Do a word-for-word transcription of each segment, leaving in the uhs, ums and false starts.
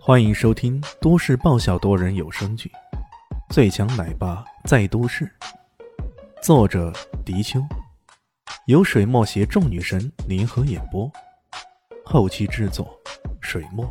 欢迎收听都市爆笑多人有声剧《最强奶爸在都市》，作者：迪秋，由水墨携众女神联合演播，后期制作：水墨。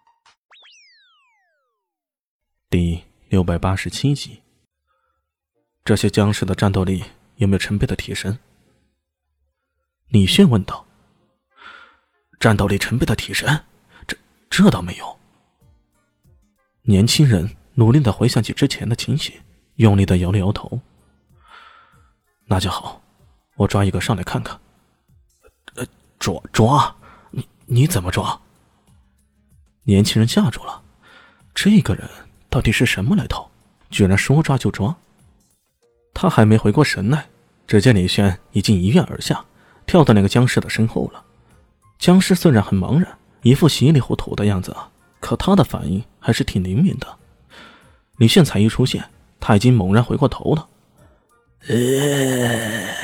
第六百八十七集。这些僵尸的战斗力有没有成倍的提升？李炫问道。战斗力成倍的提升？这这倒没有。年轻人努力地回想起之前的情形，用力地摇了摇头。那就好，我抓一个上来看看。呃，抓抓？你你怎么抓？年轻人吓住了，这个人到底是什么来头？居然说抓就抓。他还没回过神来，只见李轩已经一跃而下，跳到那个僵尸的身后了。僵尸虽然很茫然，一副稀里糊涂的样子啊，可他的反应还是挺灵敏的。李炫才一出现，他已经猛然回过头了。呃，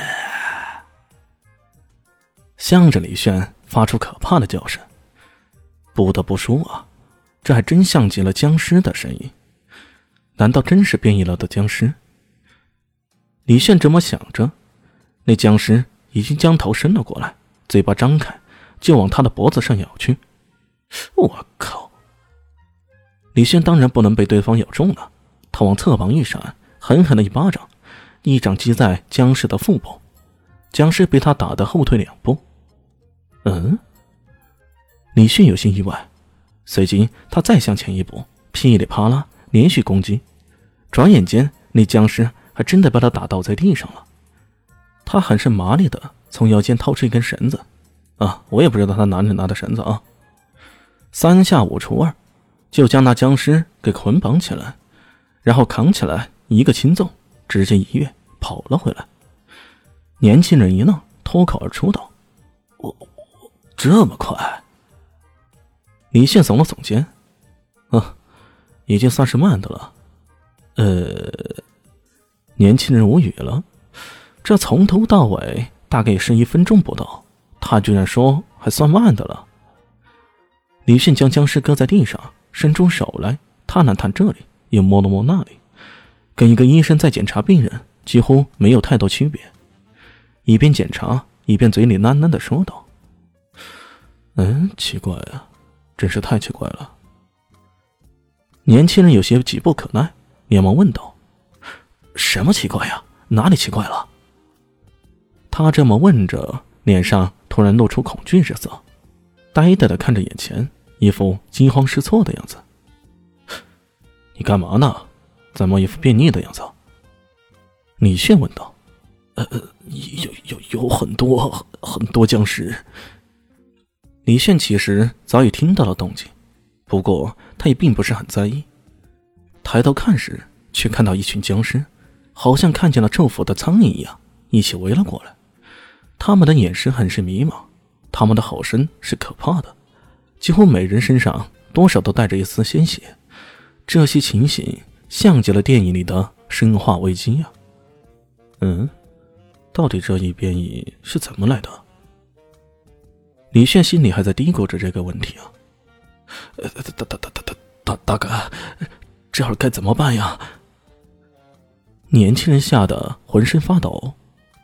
向着李炫发出可怕的叫声。不得不说啊，这还真像极了僵尸的声音。难道真是变异了的僵尸？李炫这么想着，那僵尸已经将头伸了过来，嘴巴张开，就往他的脖子上咬去。我靠！李炫当然不能被对方咬中了，他往侧旁一闪，狠狠的一巴掌，一掌击在僵尸的腹部。僵尸被他打得后退两步。嗯？李炫有些意外，随即他再向前一步，噼里啪啦连续攻击。转眼间，那僵尸还真的把他打倒在地上了。他很是麻利的从腰间掏出一根绳子。啊，我也不知道他哪里拿的绳子啊。三下五除二，就将那僵尸给捆绑起来，然后扛起来一个轻纵，直接一跃跑了回来。年轻人一愣，脱口而出道：我我这么快？李现耸了耸肩，啊，已经算是慢的了。呃，年轻人无语了，这从头到尾大概是一分钟不到，他居然说还算慢的了。李迅将僵尸搁在地上，伸出手来探了探这里，又摸了摸那里，跟一个医生在检查病人几乎没有太多区别。一边检查一边嘴里喃喃地说道：嗯，奇怪啊，真是太奇怪了。年轻人有些急不可耐，连忙问道：什么奇怪呀？哪里奇怪了？他这么问着，脸上突然露出恐惧之色，呆呆地看着眼前，一副惊慌失措的样子。你干嘛呢？怎么一副变腻的样子？李炫问道。呃，有有有很多很多僵尸。李炫其实早已听到了动静，不过他也并不是很在意。抬头看时，却看到一群僵尸，好像看见了咒符的苍蝇一样，一起围了过来。他们的眼神很是迷茫，他们的吼声是可怕的，几乎每人身上多少都带着一丝鲜血。这些情形像极了电影里的生化危机呀、啊。嗯，到底这一变异是怎么来的？李炫心里还在嘀咕着这个问题啊。呃，大大大大大大大哥，这会儿该怎么办呀？年轻人吓得浑身发抖。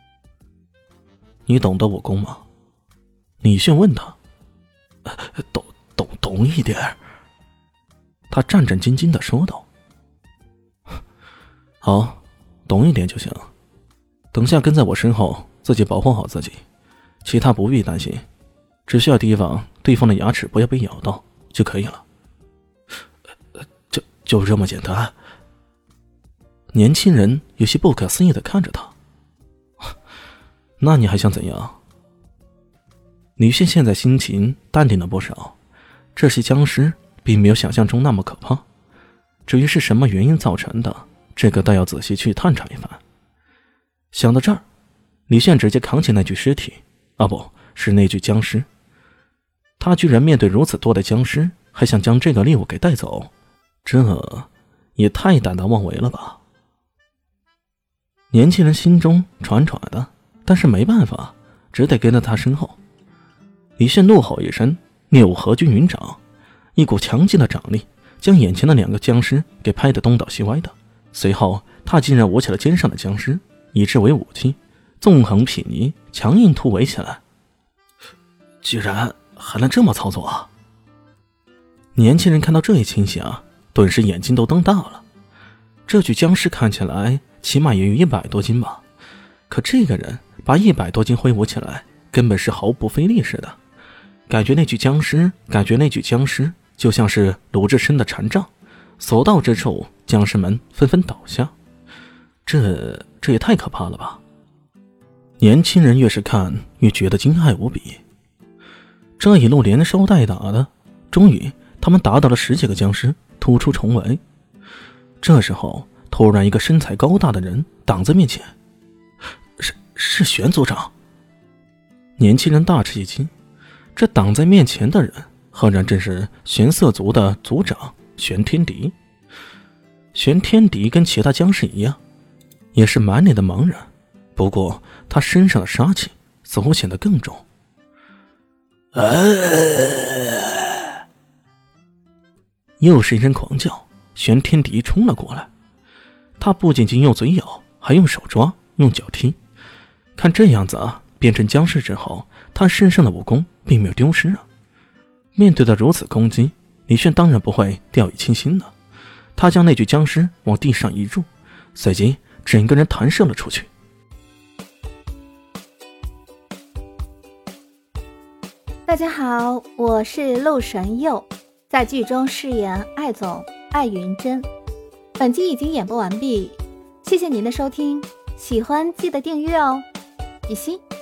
你懂得武功吗？李炫问他。呃、懂懂懂一点。他战战兢兢地说道。好，懂一点就行。等下跟在我身后，自己保护好自己，其他不必担心，只需要提防对方的牙齿不要被咬到就可以了。呃、就就这么简单？年轻人有些不可思议地看着他。那你还想怎样？李炫现在心情淡定了不少，这些僵尸并没有想象中那么可怕，至于是什么原因造成的，这个倒要仔细去探查一番。想到这儿，李炫直接扛起那具尸体，啊不是那具僵尸。他居然面对如此多的僵尸，还想将这个猎物给带走，这也太胆大妄为了吧。年轻人心中喘喘的，但是没办法，只得跟在他身后。李炫怒吼一声，猎物合军云掌，一股强劲的掌力将眼前的两个僵尸给拍得东倒西歪的。随后他竟然舞起了肩上的僵尸，以之为武器，纵横睥睨，强硬突围起来。居然还能这么操作啊！年轻人看到这一情形啊，顿时眼睛都瞪大了。这具僵尸看起来起码也有一百多斤吧，可这个人把一百多斤挥舞起来，根本是毫不费力似的。感觉那具僵尸，感觉那具僵尸就像是鲁智深的禅杖，所到之处，僵尸们纷纷倒下。这这也太可怕了吧！年轻人越是看，越觉得惊骇无比。这一路连烧带打的，终于他们打倒了十几个僵尸，突出重围。这时候，突然一个身材高大的人挡在面前，是是玄族长。年轻人大吃一惊，这挡在面前的人，赫然正是玄色族的族长玄天敌。玄天敌跟其他僵尸一样，也是满脸的茫然，不过他身上的杀气似乎显得更重。啊！又是一声狂叫，玄天敌冲了过来。他不仅仅用嘴咬，还用手抓，用脚踢。看这样子啊，变成僵尸之后，他身上的武功并没有丢失啊。面对着如此攻击，李炫当然不会掉以轻心了。他将那具僵尸往地上一入，随即整个人弹射了出去。 大家好，我是陆神佑，在剧中饰演艾总艾云珍。本集已经演播完毕，谢谢您的收听，喜欢记得订阅哦，比心。